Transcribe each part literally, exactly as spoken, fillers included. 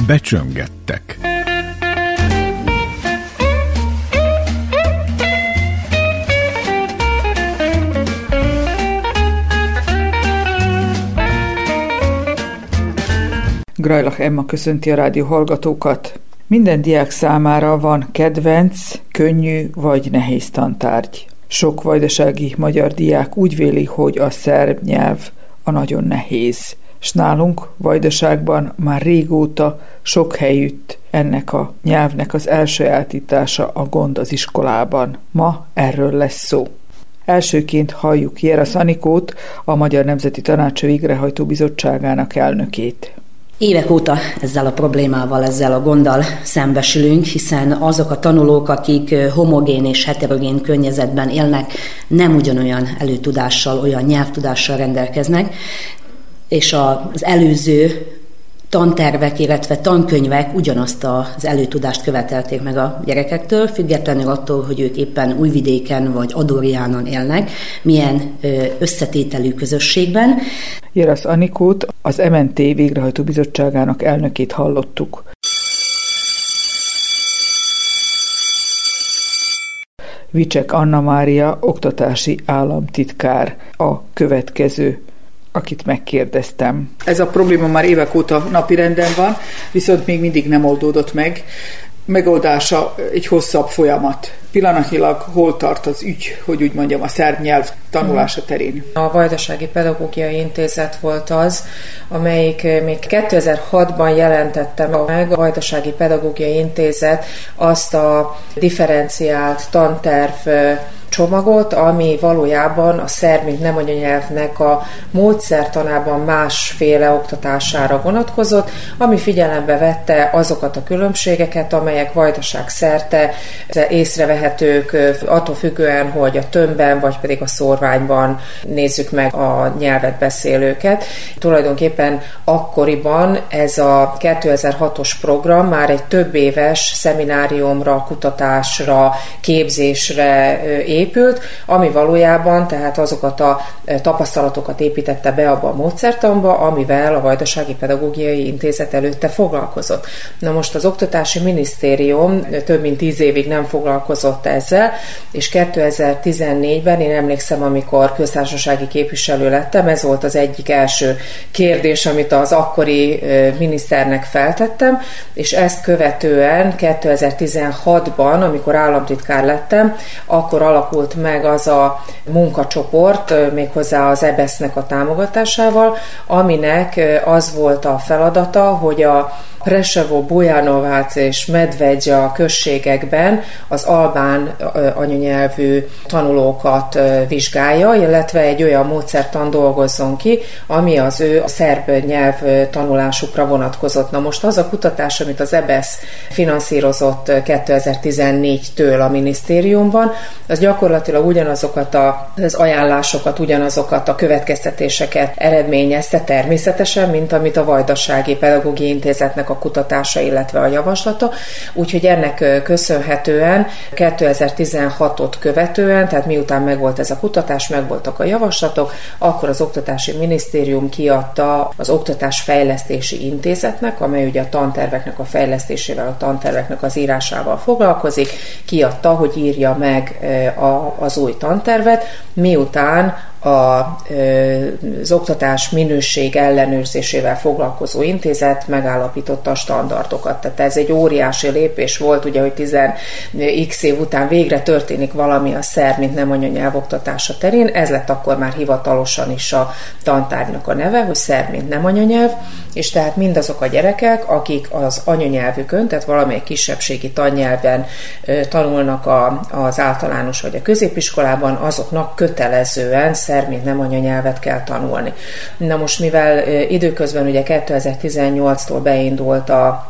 becsöngettek. Grajlach Emma köszönti a rádió hallgatókat. Minden diák számára van kedvenc, könnyű vagy nehéz tantárgy. Sok vajdasági magyar diák úgy véli, hogy a szerb nyelv a nagyon nehéz. S nálunk Vajdaságban már régóta sok helyütt ennek a nyelvnek az elsajátítása a gond az iskolában. Ma erről lesz szó. Elsőként halljuk Jerasz Anikót, a Magyar Nemzeti Tanács Végrehajtó Bizottságának elnökét. Évek óta ezzel a problémával, ezzel a gonddal szembesülünk, hiszen azok a tanulók, akik homogén és heterogén környezetben élnek, nem ugyanolyan előtudással, olyan nyelvtudással rendelkeznek, és az előző tantervek, illetve tankönyvek ugyanazt az előtudást követelték meg a gyerekektől, függetlenül attól, hogy ők éppen Újvidéken vagy Adorjánon élnek, milyen összetételű közösségben. Jerasz Anikót, az em en té Végrehajtó Bizottságának elnökét hallottuk. Vicsek Anna Mária, oktatási államtitkár a következő, akit megkérdeztem. Ez a probléma már évek óta napirenden van, viszont még mindig nem oldódott meg. Megoldása egy hosszabb folyamat. Pillanatnyilag hol tart az ügy, hogy úgy mondjam, a szerb nyelv tanulása terén? A Vajdasági Pedagógiai Intézet volt az, amelyik még kétezer-hatban jelentette meg, a Vajdasági Pedagógiai Intézet azt a differenciált tanterv csomagot, ami valójában a szerb, mint nem anyanyelvnek a módszertanában másféle oktatására vonatkozott, ami figyelembe vette azokat a különbségeket, amelyek Vajdaság szerte észrevehetők, attól függően, hogy a tömbben, vagy pedig a szórványban nézzük meg a nyelvet beszélőket. Tulajdonképpen akkoriban ez a kétezer-hatos program már egy több éves szemináriumra, kutatásra, képzésre épült, ami valójában tehát azokat a tapasztalatokat építette be abba a módszertanba, amivel a Vajdasági Pedagógiai Intézet előtte foglalkozott. Na most az Oktatási Minisztérium több mint tíz évig nem foglalkozott ezzel, és kétezer-tizennégyben, én emlékszem, amikor köztársasági képviselő lettem, ez volt az egyik első kérdés, amit az akkori miniszternek feltettem, és ezt követően kétezer-tizenhatban, amikor államtitkár lettem, akkor alakult meg az a munkacsoport, méghozzá az é bé e es-nek a támogatásával, aminek az volt a feladata, hogy a Preševo, Bujanovac és Medvegya községekben az albán anyanyelvű tanulókat vizsgálja, illetve egy olyan módszertan dolgozzon ki, ami az ő a szerb nyelv tanulásukra vonatkozott. Na most az a kutatás, amit az é bé e es finanszírozott kétezer-tizennégytől a minisztériumban, az gyakorlatilag ugyanazokat az ajánlásokat, ugyanazokat a következtetéseket eredményezte természetesen, mint amit a Vajdasági Pedagógiai Intézetnek a kutatása, illetve a javaslata. Úgyhogy ennek köszönhetően kétezer-tizenhatot követően, tehát miután megvolt ez a kutatás, megvoltak a javaslatok, akkor az Oktatási Minisztérium kiadta az Oktatásfejlesztési Intézetnek, amely ugye a tanterveknek a fejlesztésével, a tanterveknek az írásával foglalkozik, kiadta, hogy írja meg az új tantervet, miután a, az oktatás minőség ellenőrzésével foglalkozó intézet megállapította a standardokat. Tehát ez egy óriási lépés volt, ugye, hogy tíz x év után végre történik valami a szerb, mint nem anyanyelv oktatása terén. Ez lett akkor már hivatalosan is a tantárgynak a neve, hogy szerb, mint nem anyanyelv, és tehát mindazok a gyerekek, akik az anyanyelvükön, tehát valamelyik kisebbségi tannyelven tanulnak a, az általános vagy a középiskolában, azoknak kötelezően szerb, mint nem anyanyelvet kell tanulni. Na most, mivel időközben ugye kétezer-tizennyolctól beindult a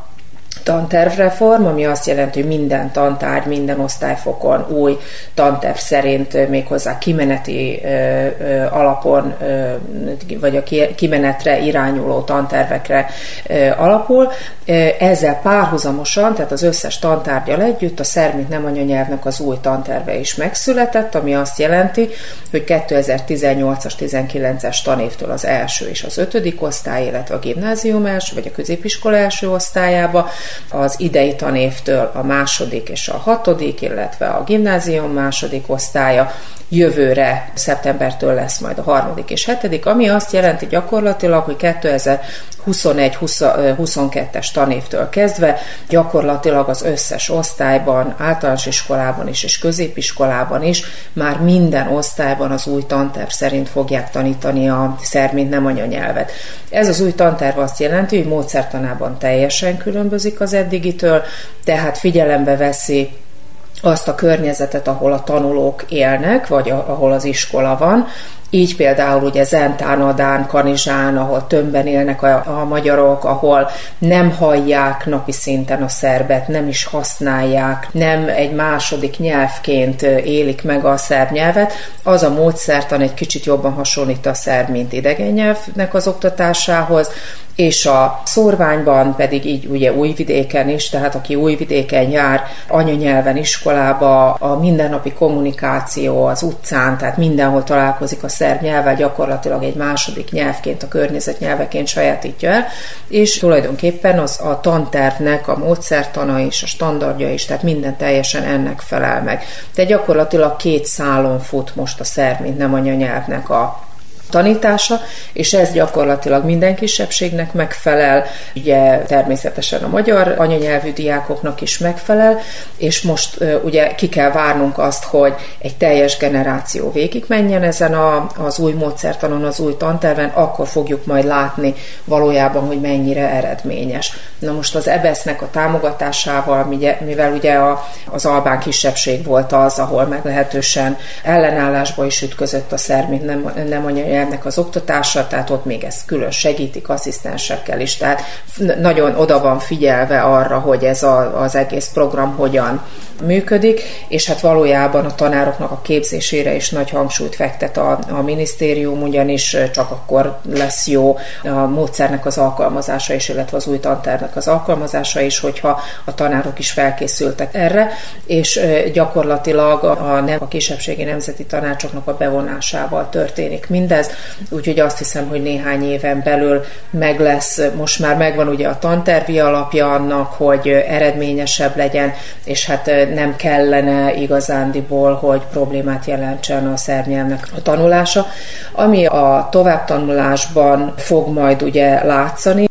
tantervreform, ami azt jelenti, hogy minden tantárgy, minden osztályfokon új tanterv szerint méghozzá kimeneti ö, ö, alapon, ö, vagy a kimenetre irányuló tantervekre ö, alapul. Ezzel párhuzamosan, tehát az összes tantárggyal együtt a szerb, mint nem anyanyelvnek az új tanterve is megszületett, ami azt jelenti, hogy kétezer-tizennyolcas tizenkilences tanévtől az első és az ötödik osztály, illetve a gimnázium első, vagy a középiskola első osztályába, az idei tanévtől a második és a hatodik, illetve a gimnázium második osztálya, jövőre szeptembertől lesz majd a harmadik és hetedik, ami azt jelenti gyakorlatilag, hogy kétezer-huszonegy huszonkettes tanévtől kezdve gyakorlatilag az összes osztályban, általános iskolában is és középiskolában is már minden osztályban az új tanterv szerint fogják tanítani a szerb, mint nem anyanyelvet. Ez az új tanterv azt jelenti, hogy módszertanában teljesen különbözik az eddigitől, tehát figyelembe veszi azt a környezetet, ahol a tanulók élnek, vagy a, ahol az iskola van. Így például ugye Zentán, Adán, Kanizsán, ahol többen élnek a, a magyarok, ahol nem hallják napi szinten a szerbet, nem is használják, nem egy második nyelvként élik meg a szerb nyelvet, az a módszertan egy kicsit jobban hasonlít a szerb, mint idegen nyelvnek az oktatásához, és a szórványban pedig így ugye Újvidéken is, tehát aki Újvidéken jár anyanyelven iskolába, a mindennapi kommunikáció az utcán, tehát mindenhol találkozik a szerb nyelvvel, gyakorlatilag egy második nyelvként, a környezet nyelveként sajátítja el, és tulajdonképpen az a tantervnek a módszertana és a standardja is, tehát minden teljesen ennek felel meg. Tehát gyakorlatilag két szálon fut most a szerb, mint nem anyanyelvnek a tanítása, és ez gyakorlatilag minden kisebbségnek megfelel, ugye természetesen a magyar anyanyelvű diákoknak is megfelel, és most uh, ugye ki kell várnunk azt, hogy egy teljes generáció végigmenjen ezen a, az új módszertanon, az új tanterven, akkor fogjuk majd látni valójában, hogy mennyire eredményes. Na most az é bé e es-nek a támogatásával, mivel ugye a, az albán kisebbség volt az, ahol meglehetősen ellenállásba is ütközött a szerb, mint nem, nem anyanyelvű ennek az oktatása, tehát ott még ezt külön segítik asszisztensekkel is, tehát nagyon oda van figyelve arra, hogy ez a, az egész program hogyan működik, és hát valójában a tanároknak a képzésére is nagy hangsúlyt fektet a, a minisztérium, ugyanis csak akkor lesz jó a módszernek az alkalmazása is, illetve az új tantervnek az alkalmazása is, hogyha a tanárok is felkészültek erre, és gyakorlatilag a, nem, a kisebbségi nemzeti tanácsoknak a bevonásával történik mindez, úgyhogy azt hiszem, hogy néhány éven belül meg lesz, most már megvan ugye a tantervi alapja annak, hogy eredményesebb legyen, és hát nem kellene igazándiból, hogy problémát jelentsen a szerb nyelvnek a tanulása, ami a továbbtanulásban fog majd ugye látszani.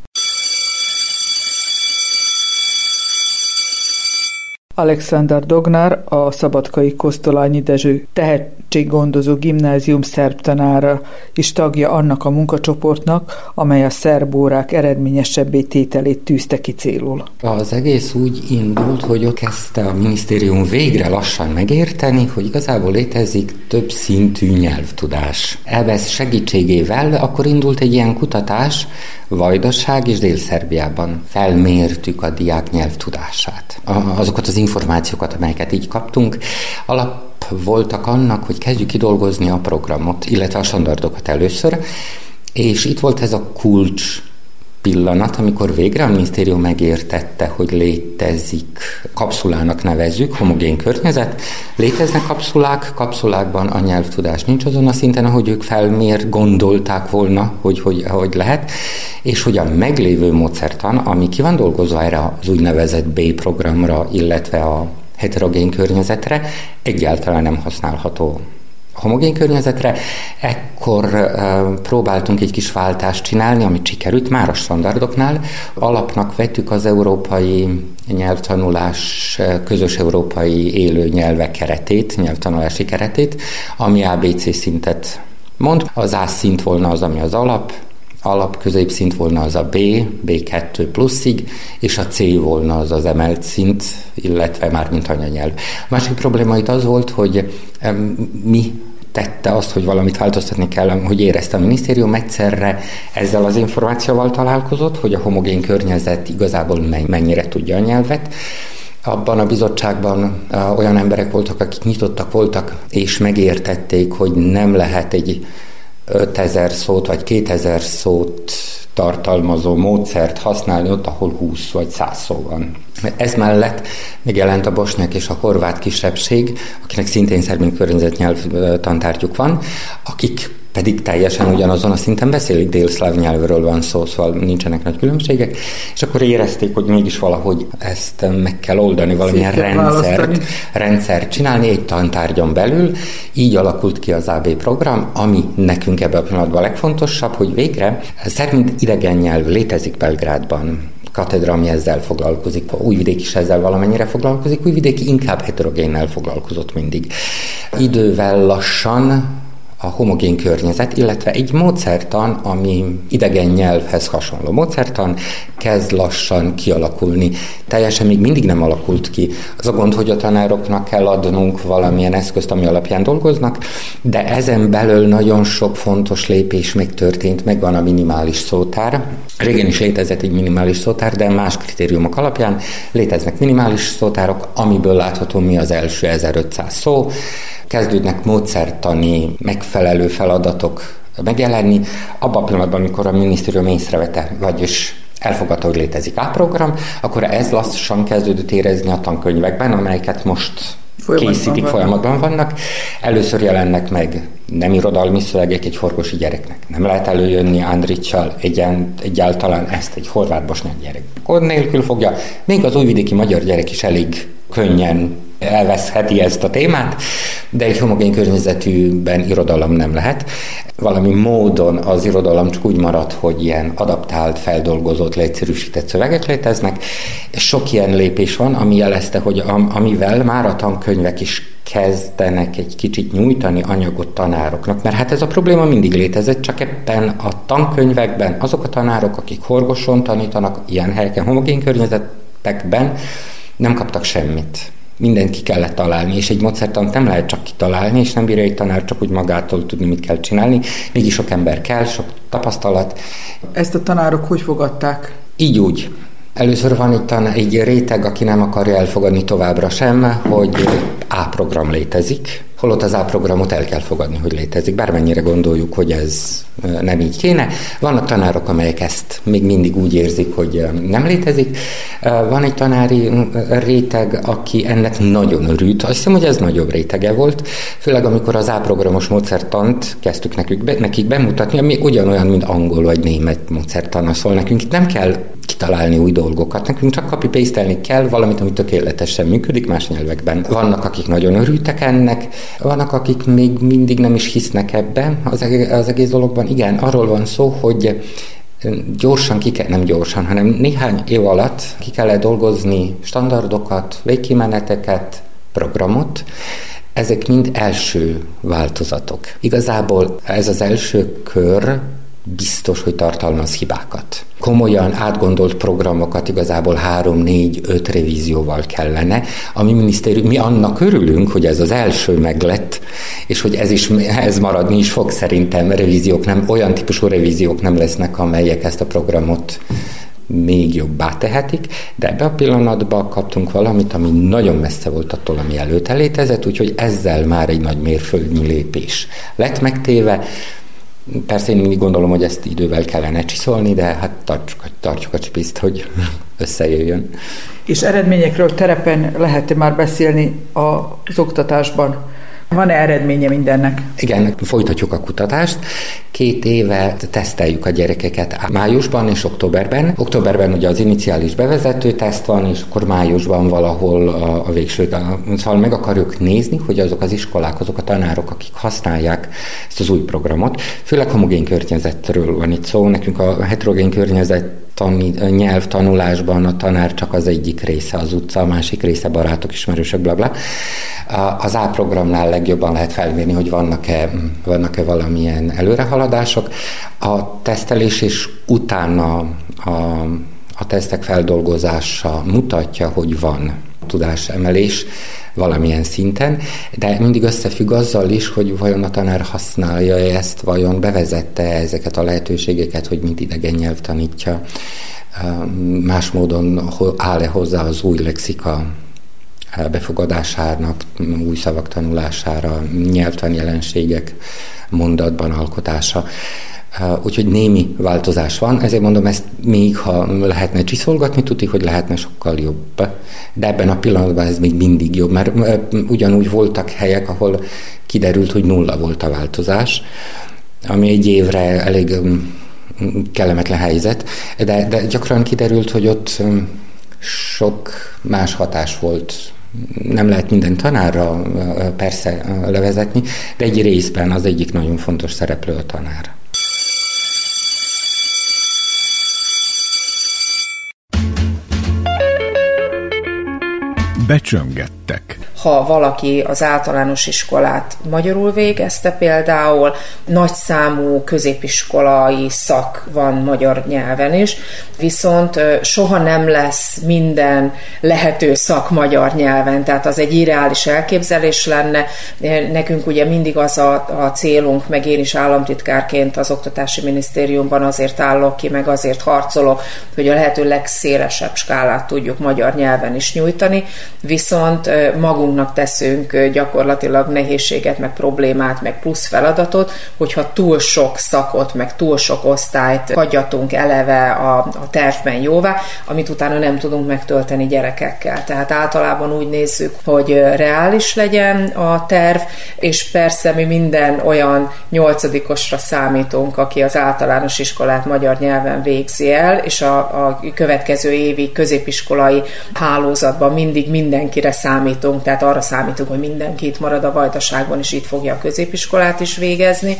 Alexander Dognár, a Szabadkai Kosztolányi Dezső tehetséggondozó gimnázium szerb tanára is tagja annak a munkacsoportnak, amely a szerb órák eredményesebbé tételét tűzte ki célul. Az egész úgy indult, hogy ott kezdte a minisztérium végre lassan megérteni, hogy igazából létezik több szintű nyelvtudás. é bé e es segítségével akkor indult egy ilyen kutatás, Vajdaság és Dél-Szerbiában felmértük a diák nyelvtudását. Azokat az információkat, amelyeket így kaptunk, alap voltak annak, hogy kezdjük kidolgozni a programot, illetve a standardokat először, és itt volt ez a kulcs pillanat, amikor végre a minisztérium megértette, hogy létezik, kapszulának nevezzük, homogén környezet, léteznek kapszulák, kapszulákban a nyelvtudás nincs azon a szinten, ahogy ők felmér, gondolták volna, hogy, hogy, hogy lehet, és hogy a meglévő módszertan, ami ki van dolgozva erre az úgynevezett B programra, illetve a heterogén környezetre, egyáltalán nem használható homogén környezetre. Ekkor uh, próbáltunk egy kis váltást csinálni, amit sikerült már a standardoknál. Alapnak vettük az európai nyelvtanulás, közös európai élő nyelvek keretét, nyelvtanulási keretét, ami á bé cé szintet mond. Az A szint volna az, ami az alap, alap középszint volna az a B, bé kettő pluszig, és a C volna az az emelt szint, illetve már mint anyanyelv. A másik probléma itt az volt, hogy um, mi tette azt, hogy valamit változtatni kell, hogy érezte a minisztérium, egyszerre ezzel az információval találkozott, hogy a homogén környezet igazából mennyire tudja a nyelvet. Abban a bizottságban olyan emberek voltak, akik nyitottak voltak, és megértették, hogy nem lehet egy ötezer szót vagy kétezer szót tartalmazó módszert használni ott, ahol húsz vagy száz szó van. Ez mellett megjelent a bosnyák és a horvát kisebbség, akinek szintén szerb környezetnyelv tantárgyuk van, akik pedig teljesen ugyanazon a szinten beszélik, délszláv nyelvről van szó, szóval nincsenek nagy különbségek, és akkor érezték, hogy mégis valahogy ezt meg kell oldani, valamilyen rendszert, rendszert csinálni egy tantárgyon belül. Így alakult ki az á bé program, ami nekünk ebben a pillanatban a legfontosabb, hogy végre szerint idegen nyelv létezik Belgrádban. Katedra, ami ezzel foglalkozik, Újvidék is ezzel valamennyire foglalkozik, Újvidék inkább heterogénnel foglalkozott mindig. Idővel lassan a homogén környezet, illetve egy módszertan, ami idegen nyelvhez hasonló módszertan, kezd lassan kialakulni. Teljesen még mindig nem alakult ki. Az a gond, hogy a tanároknak kell adnunk valamilyen eszközt, ami alapján dolgoznak, de ezen belül nagyon sok fontos lépés megtörtént, megvan a minimális szótár. Régen is létezett egy minimális szótár, de más kritériumok alapján léteznek minimális szótárok, amiből látható mi az első ezerötszáz szó. Kezdődnek módszertani, megfelelő feladatok megjelenni. Abban a pillanatban, amikor a minisztérium észrevette, vagyis elfogadta, hogy létezik A-program, akkor ez lassan kezdődött érezni a tankönyvekben, amelyeket most folyamatban készítik, van. folyamatban vannak. Először jelennek meg nem irodalmi szövegek egy horgosi gyereknek. Nem lehet előjönni Andrićsal egyen, egyáltalán ezt egy horvát-bosnyák gyerek kód nélkül fogja. Még az újvidéki magyar gyerek is elég könnyen elveszheti ezt a témát, de egy homogén környezetűben irodalom nem lehet. Valami módon az irodalom csak úgy marad, hogy ilyen adaptált, feldolgozott, leegyszerűsített szövegek léteznek. Sok ilyen lépés van, ami jelezte, hogy amivel már a tankönyvek is kezdenek egy kicsit nyújtani anyagot tanároknak, mert hát ez a probléma mindig létezett, csak ebben a tankönyvekben azok a tanárok, akik horgoson tanítanak ilyen helyeken, homogén környezetekben, nem kaptak semmit. Mindent ki kellett találni, és egy módszertant nem lehet csak kitalálni, és nem bírja egy tanár csak úgy magától tudni, mit kell csinálni. Mégis sok ember kell, sok tapasztalat. Ezt a tanárok hogy fogadták? Így úgy. Először van egy, tanár, egy réteg, aki nem akarja elfogadni továbbra sem, hogy A-program létezik, holott az A-programot el kell fogadni, hogy létezik, bármennyire gondoljuk, hogy ez nem így kéne. Vannak tanárok, amelyek ezt még mindig úgy érzik, hogy nem létezik. Van egy tanári réteg, aki ennek nagyon örült. Azt hiszem, hogy ez nagyobb rétege volt, főleg amikor az A-programos módszertant kezdtük nekik, nekik bemutatni, ami ugyanolyan, mint angol vagy német módszertan szól nekünk. Itt nem kell kitalálni új dolgokat, nekünk csak copy-pastelni kell valamit, ami tökéletesen működik más nyelvekben. Vannak, akik nagyon örültek ennek, vannak, akik még mindig nem is hisznek ebbe az, az egész dologban. Igen, arról van szó, hogy gyorsan ki kell, nem gyorsan, hanem néhány év alatt ki kellett dolgozni standardokat, végkimeneteket, programot. Ezek mind első változatok. Igazából ez az első kör biztos, hogy tartalmaz hibákat. Komolyan átgondolt programokat igazából három, négy, öt revízióval kellene. A mi minisztérium, mi annak örülünk, hogy ez az első meglett, és hogy ez is ez maradni is fog, szerintem revíziók nem, olyan típusú revíziók nem lesznek, amelyek ezt a programot még jobbá tehetik, de ebbe a pillanatban kaptunk valamit, ami nagyon messze volt attól, ami előtte létezett, úgyhogy ezzel már egy nagy mérföldnyi lépés lett megtéve. Persze én mindig gondolom, hogy ezt idővel kellene csiszolni, de hát tartsuk, tartsuk a csipiszt, hogy összejöjjön. És eredményekről terepen lehet már beszélni az oktatásban? Van-e eredménye mindennek? Igen, folytatjuk a kutatást. Két éve teszteljük a gyerekeket májusban és októberben. Októberben ugye az iniciális bevezető teszt van, és akkor májusban valahol a, a végső. Szóval meg akarjuk nézni, hogy azok az iskolák, azok a tanárok, akik használják ezt az új programot, főleg homogén környezetről van itt szó. Nekünk a heterogén környezet Tani, nyelvtanulásban a tanár csak az egyik része, az utca, a másik része barátok, ismerősök, blabla. Az A-programnál legjobban lehet felmérni, hogy vannak-e, vannak-e valamilyen előrehaladások. A tesztelés és utána a, a tesztek feldolgozása mutatja, hogy van tudásemelés. valamilyen szinten, de mindig összefügg azzal is, hogy vajon a tanár használja ezt, vajon bevezette ezeket a lehetőségeket, hogy mint idegen nyelv tanítja, más módon áll-e hozzá az új lexika befogadásának, új szavak tanulására, nyelvtani jelenségek mondatban alkotása. Úgyhogy némi változás van, ezért mondom ezt, még ha lehetne csiszolgatni, tuti, hogy lehetne sokkal jobb. De ebben a pillanatban ez még mindig jobb, mert ugyanúgy voltak helyek, ahol kiderült, hogy nulla volt a változás, ami egy évre elég kellemetlen helyzet, de, de gyakran kiderült, hogy ott sok más hatás volt. Nem lehet minden tanárra persze levezetni, de egy részben az egyik nagyon fontos szereplő a tanár. Becsöngettek. Ha valaki az általános iskolát magyarul végezte például, nagyszámú középiskolai szak van magyar nyelven is, viszont soha nem lesz minden lehető szak magyar nyelven, tehát az egy irreális elképzelés lenne. Nekünk ugye mindig az a, a célunk, meg én is államtitkárként az Oktatási Minisztériumban azért állok ki, meg azért harcolok, hogy a lehető legszélesebb skálát tudjuk magyar nyelven is nyújtani, viszont magunknak teszünk gyakorlatilag nehézséget, meg problémát, meg plusz feladatot, hogyha túl sok szakot, meg túl sok osztályt hagyjatunk eleve a, a tervben jóvá, amit utána nem tudunk megtölteni gyerekekkel. Tehát általában úgy nézzük, hogy reális legyen a terv, és persze mi minden olyan nyolcadikosra számítunk, aki az általános iskolát magyar nyelven végzi el, és a, a következő évi középiskolai hálózatban mindig mindenkire számítunk, tehát arra számítunk, hogy mindenki itt marad a Vajdaságban, és itt fogja a középiskolát is végezni.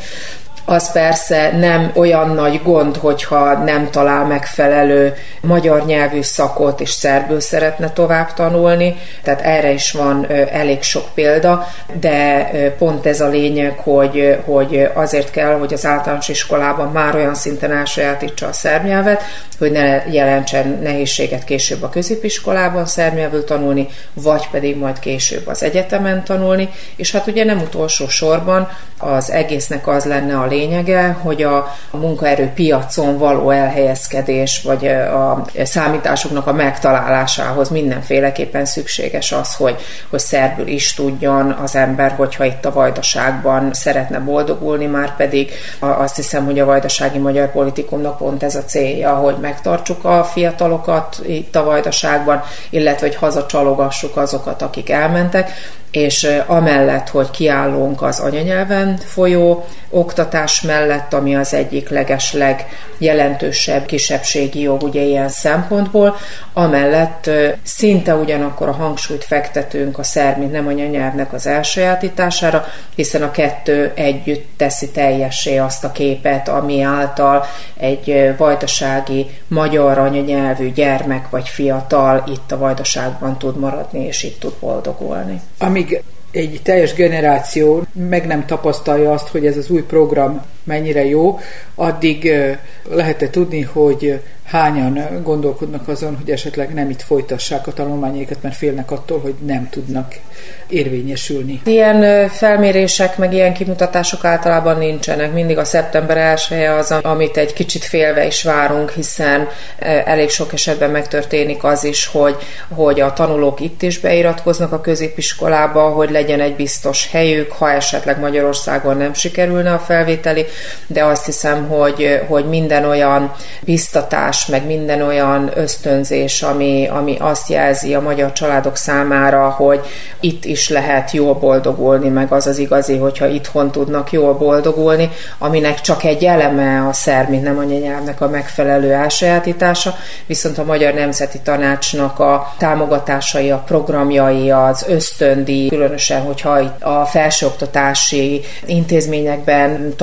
Az persze nem olyan nagy gond, hogyha nem talál megfelelő magyar nyelvű szakot, és szerbül szeretne tovább tanulni, tehát erre is van elég sok példa, de pont ez a lényeg, hogy, hogy azért kell, hogy az általános iskolában már olyan szinten elsajátítsa a szerb nyelvet, hogy ne jelentsen nehézséget később a középiskolában szerb nyelvül tanulni, vagy pedig majd később az egyetemen tanulni, és hát ugye nem utolsó sorban az egésznek az lenne a lényege, hogy a munkaerőpiacon való elhelyezkedés, vagy a számításoknak a megtalálásához mindenféleképpen szükséges az, hogy, hogy szerbül is tudjon az ember, hogyha itt a Vajdaságban szeretne boldogulni, már pedig azt hiszem, hogy a vajdasági magyar politikumnak pont ez a célja, hogy megtartsuk a fiatalokat itt a Vajdaságban, illetve hogy hazacsalogassuk azokat, akik elmentek, és amellett, hogy kiállunk az anyanyelven folyó oktatás mellett, ami az egyik legesleg jelentősebb kisebbségi jog ugye ilyen szempontból, amellett szinte ugyanakkor a hangsúlyt fektetünk a szerb, mint nem anyanyelvnek az elsajátítására, hiszen a kettő együtt teszi teljessé azt a képet, ami által egy vajdasági magyar anyanyelvű gyermek vagy fiatal itt a Vajdaságban tud maradni, és itt tud boldogulni. Amíg egy teljes generáció meg nem tapasztalja azt, hogy ez az új program mennyire jó, addig lehet-e tudni, hogy hányan gondolkodnak azon, hogy esetleg nem itt folytassák a tanulmányaikat, mert félnek attól, hogy nem tudnak érvényesülni. Ilyen felmérések, meg ilyen kimutatások általában nincsenek. Mindig a szeptember elseje az, amit egy kicsit félve is várunk, hiszen elég sok esetben megtörténik az is, hogy, hogy a tanulók itt is beiratkoznak a középiskolába, hogy legyen egy biztos helyük, ha esetleg Magyarországon nem sikerülne a felvételi, de azt hiszem, hogy, hogy minden olyan biztatás, meg minden olyan ösztönzés, ami, ami azt jelzi a magyar családok számára, hogy itt is lehet jól boldogulni, meg az az igazi, hogyha itthon tudnak jól boldogulni, aminek csak egy eleme a szerb, mint nem anyanyelvnek a megfelelő elsajátítása, viszont a Magyar Nemzeti Tanácsnak a támogatásai, a programjai, az ösztöndíj, különösen, hogyha a felsőoktatási intézményekben tanuló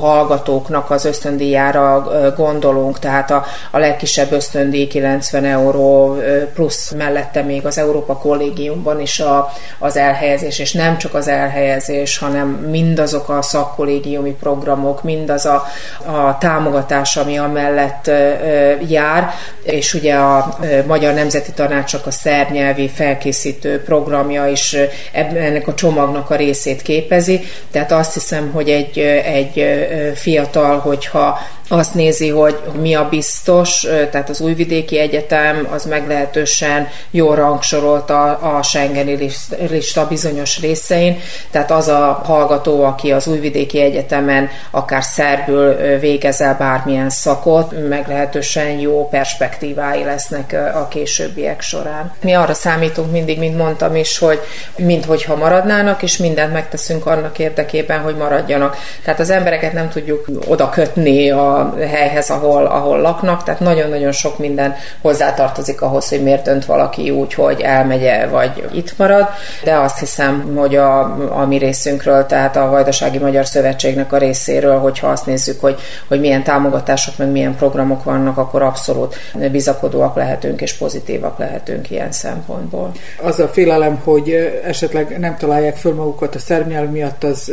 hallgatóknak az ösztöndíjára gondolunk, tehát a, a legkisebb ösztöndíj kilencven euró, plusz mellette még az Európa Kollégiumban is a, az elhelyezés, és nem csak az elhelyezés, hanem mindazok a szakkollégiumi programok, mindaz a, a támogatás, ami amellett jár, és ugye a Magyar Nemzeti Tanácsnak a szerb nyelvi felkészítő programja is ennek a csomagnak a részét képezi. Tehát azt hiszem, hogy egy, egy fiatal, hogyha azt nézi, hogy mi a biztos, tehát az Újvidéki Egyetem az meglehetősen jól rangsorolt a, a Schengeni lista bizonyos részein, tehát az a hallgató, aki az Újvidéki Egyetemen akár szerbül végez el bármilyen szakot, meglehetősen jó perspektívái lesznek a későbbiek során. Mi arra számítunk mindig, mint mondtam is, hogy minthogyha maradnának, és mindent megteszünk annak érdekében, hogy maradjanak. Tehát az embereket nem tudjuk oda kötni a a helyhez, ahol, ahol laknak, tehát nagyon-nagyon sok minden hozzátartozik ahhoz, hogy miért dönt valaki úgy, hogy elmegye, vagy itt marad, de azt hiszem, hogy a, a mi részünkről, tehát a Vajdasági Magyar Szövetségnek a részéről, hogyha azt nézzük, hogy, hogy milyen támogatások, meg milyen programok vannak, akkor abszolút bizakodóak lehetünk, és pozitívak lehetünk ilyen szempontból. Az a félelem, hogy esetleg nem találják föl magukat a szerb nyelv miatt, az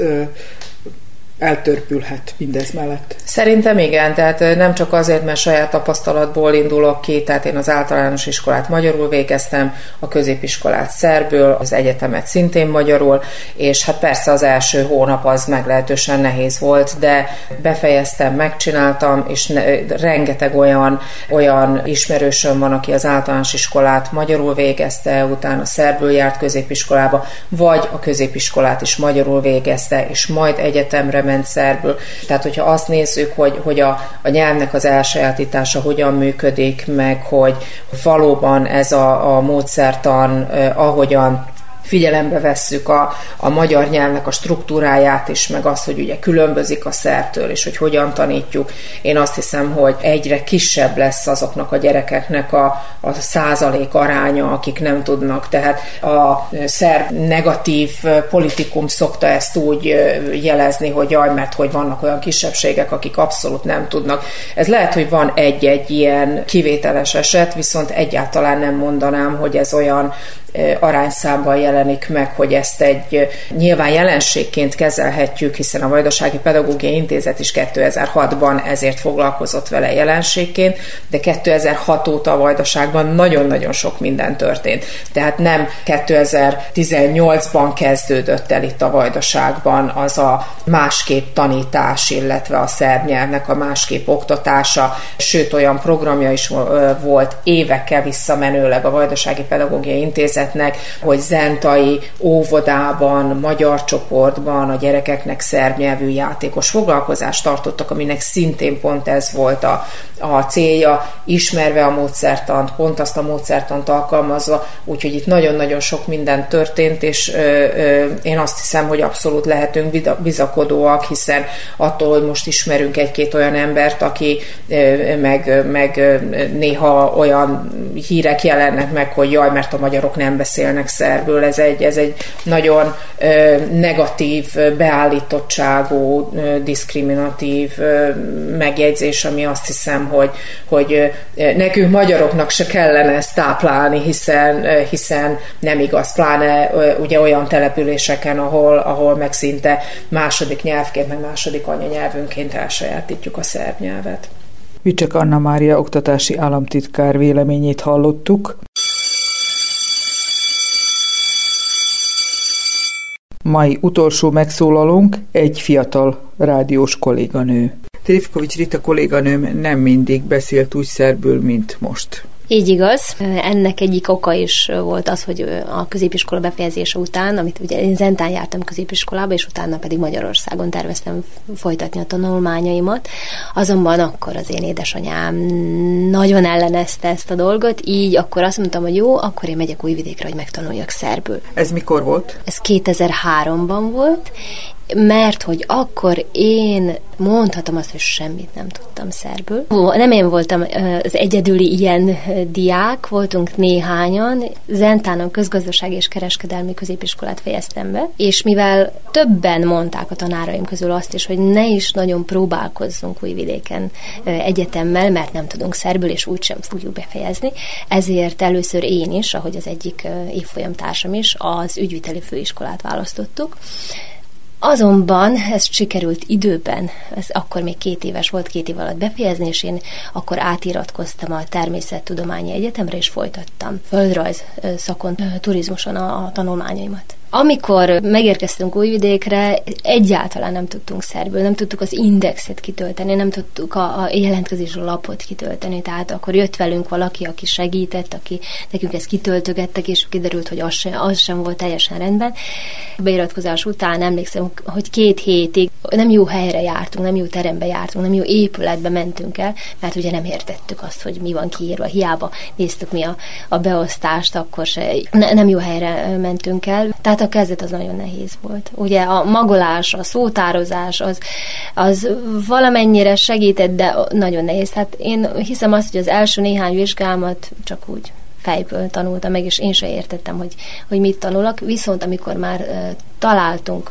eltörpülhet mindez mellett. Szerintem igen, tehát nem csak azért, mert saját tapasztalatból indulok ki, tehát én az általános iskolát magyarul végeztem, a középiskolát szerbül, az egyetemet szintén magyarul, és hát persze az első hónap az meglehetősen nehéz volt, de befejeztem, megcsináltam, és ne, rengeteg olyan, olyan ismerősöm van, aki az általános iskolát magyarul végezte, utána szerbül járt középiskolába, vagy a középiskolát is magyarul végezte, és majd egyetemre ment szerbül. Tehát, hogyha azt nézzük, hogy, hogy a, a nyelvnek az elsajátítása hogyan működik, meg hogy valóban ez a, a módszertan, eh, ahogyan figyelembe vesszük a, a magyar nyelvnek a struktúráját is, meg azt, hogy ugye különbözik a szerbtől, és hogy hogyan tanítjuk. Én azt hiszem, hogy egyre kisebb lesz azoknak a gyerekeknek a, a százalék aránya, akik nem tudnak. Tehát a szerb negatív politikum szokta ezt úgy jelezni, hogy jaj, mert hogy vannak olyan kisebbségek, akik abszolút nem tudnak. Ez lehet, hogy van egy-egy ilyen kivételes eset, viszont egyáltalán nem mondanám, hogy ez olyan arányszámban jelenik meg, hogy ezt egy nyilván jelenségként kezelhetjük, hiszen a Vajdasági Pedagógiai Intézet is kétezer-hatban ezért foglalkozott vele jelenségként, de kétezer-hat óta a Vajdaságban nagyon-nagyon sok minden történt. Tehát nem kétezer-tizennyolcban kezdődött el itt a Vajdaságban az a másképp tanítás, illetve a szerb nyelvnek a másképp oktatása, sőt olyan programja is volt évekkel visszamenőleg a Vajdasági Pedagógiai Intézet, hogy zentai óvodában, magyar csoportban a gyerekeknek szerb nyelvű játékos foglalkozást tartottak, aminek szintén pont ez volt a, a célja, ismerve a módszertant, pont azt a módszertant alkalmazva, úgyhogy itt nagyon-nagyon sok minden történt, és ö, ö, én azt hiszem, hogy abszolút lehetünk bizakodóak, hiszen attól, hogy most ismerünk egy-két olyan embert, aki ö, meg, meg ö, néha olyan hírek jelennek meg, hogy jaj, mert a magyarok nem beszélnek szerbül. Ez egy, ez egy nagyon ö, negatív, beállítottságú, ö, diszkriminatív ö, megjegyzés, ami azt hiszem, hogy, hogy ö, nekünk magyaroknak se kellene ezt táplálni, hiszen, ö, hiszen nem igaz, pláne ö, ugye olyan településeken, ahol, ahol meg szinte második nyelvként, meg második anyanyelvünként elsajátítjuk a szerb nyelvet. Vicsek Anna Mária oktatási államtitkár véleményét hallottuk. Mai utolsó megszólalónk egy fiatal rádiós kolléganő. Trifkovics Rita kolléganőm nem mindig beszélt úgy szerbül, mint most. Így igaz. Ennek egyik oka is volt az, hogy a középiskola befejezése után, amit ugye én Zentán jártam középiskolába, és utána pedig Magyarországon terveztem folytatni a tanulmányaimat. Azonban akkor az én édesanyám nagyon ellenezte ezt a dolgot, így akkor azt mondtam, hogy jó, akkor én megyek Újvidékre, hogy megtanuljak szerbül. Ez mikor volt? Ez kétezer-háromban volt, mert hogy akkor én mondhatom azt, hogy semmit nem tudtam szerbül. Nem én voltam az egyedüli ilyen diák, voltunk néhányan, Zentánon közgazdasági és kereskedelmi középiskolát fejeztem be, és mivel többen mondták a tanáraim közül azt is, hogy ne is nagyon próbálkozzunk Újvidéken egyetemmel, mert nem tudunk szerbül, és úgysem fogjuk befejezni, ezért először én is, ahogy az egyik évfolyamtársam is, az ügyviteli főiskolát választottuk. Azonban ez sikerült időben, ez akkor még két éves volt, két év alatt befejezni, és én akkor átiratkoztam a Természettudományi Egyetemre, és folytattam földrajz szakon, turizmuson a, a tanulmányaimat. Amikor megérkeztünk Újvidékre, egyáltalán nem tudtunk szerbül, nem tudtuk az indexet kitölteni, nem tudtuk a, a jelentkezés lapot kitölteni, tehát akkor jött velünk valaki, aki segített, aki nekünk ezt kitöltögettek, és kiderült, hogy az sem, az sem volt teljesen rendben. A beiratkozás után emlékszem, hogy két hétig nem jó helyre jártunk, nem jó terembe jártunk, nem jó épületbe mentünk el, mert ugye nem értettük azt, hogy mi van kiírva, hiába néztük mi a, a beosztást, akkor se, ne, nem jó helyre mentünk el. Tehát a kezdet az nagyon nehéz volt. Ugye a magolás, a szótározás, az, az valamennyire segített, de nagyon nehéz. Tehát én hiszem azt, hogy az első néhány vizsgámat csak úgy fejből tanultam meg, és én se értettem, hogy, hogy mit tanulok. Viszont amikor már uh, találtunk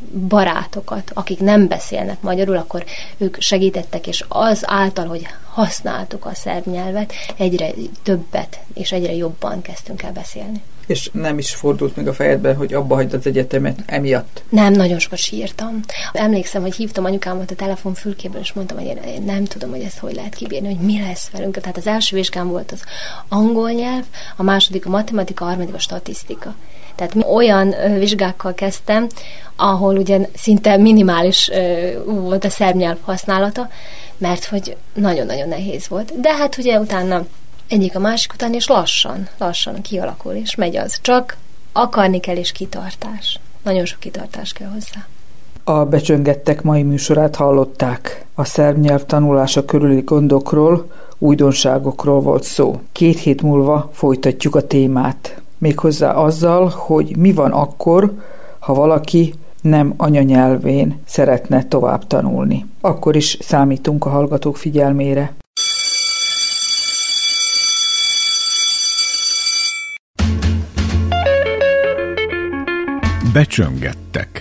barátokat, akik nem beszélnek magyarul, akkor ők segítettek, és az által, hogy használtuk a szerb nyelvet, egyre többet és egyre jobban kezdtünk el beszélni. És nem is fordult meg a fejedben, hogy abba hagyd az egyetemet emiatt? Nem, nagyon sokat sírtam. Emlékszem, hogy hívtam anyukámat a telefonfülkéből, és mondtam, hogy én nem tudom, hogy ezt hogy lehet kibírni, hogy mi lesz velünk. Tehát az első vizsgám volt az angol nyelv, a második a matematika, a harmadik a statisztika. Tehát olyan vizsgákkal kezdtem, ahol ugye szinte minimális volt a szerb nyelv használata, mert hogy nagyon-nagyon nehéz volt. De hát ugye utána egyik a másik után, és lassan, lassan kialakul, és megy az. Csak akarni kell, és kitartás. Nagyon sok kitartás kell hozzá. A Becsöngettek mai műsorát hallották. A szerb nyelv tanulása körüli gondokról, újdonságokról volt szó. Két hét múlva folytatjuk a témát. Méghozzá azzal, hogy mi van akkor, ha valaki nem anyanyelvén szeretne tovább tanulni. Akkor is számítunk a hallgatók figyelmére. Becsöngettek.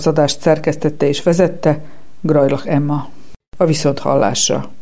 Az adást szerkesztette és vezette Grajlach Emma. A viszonthallásra!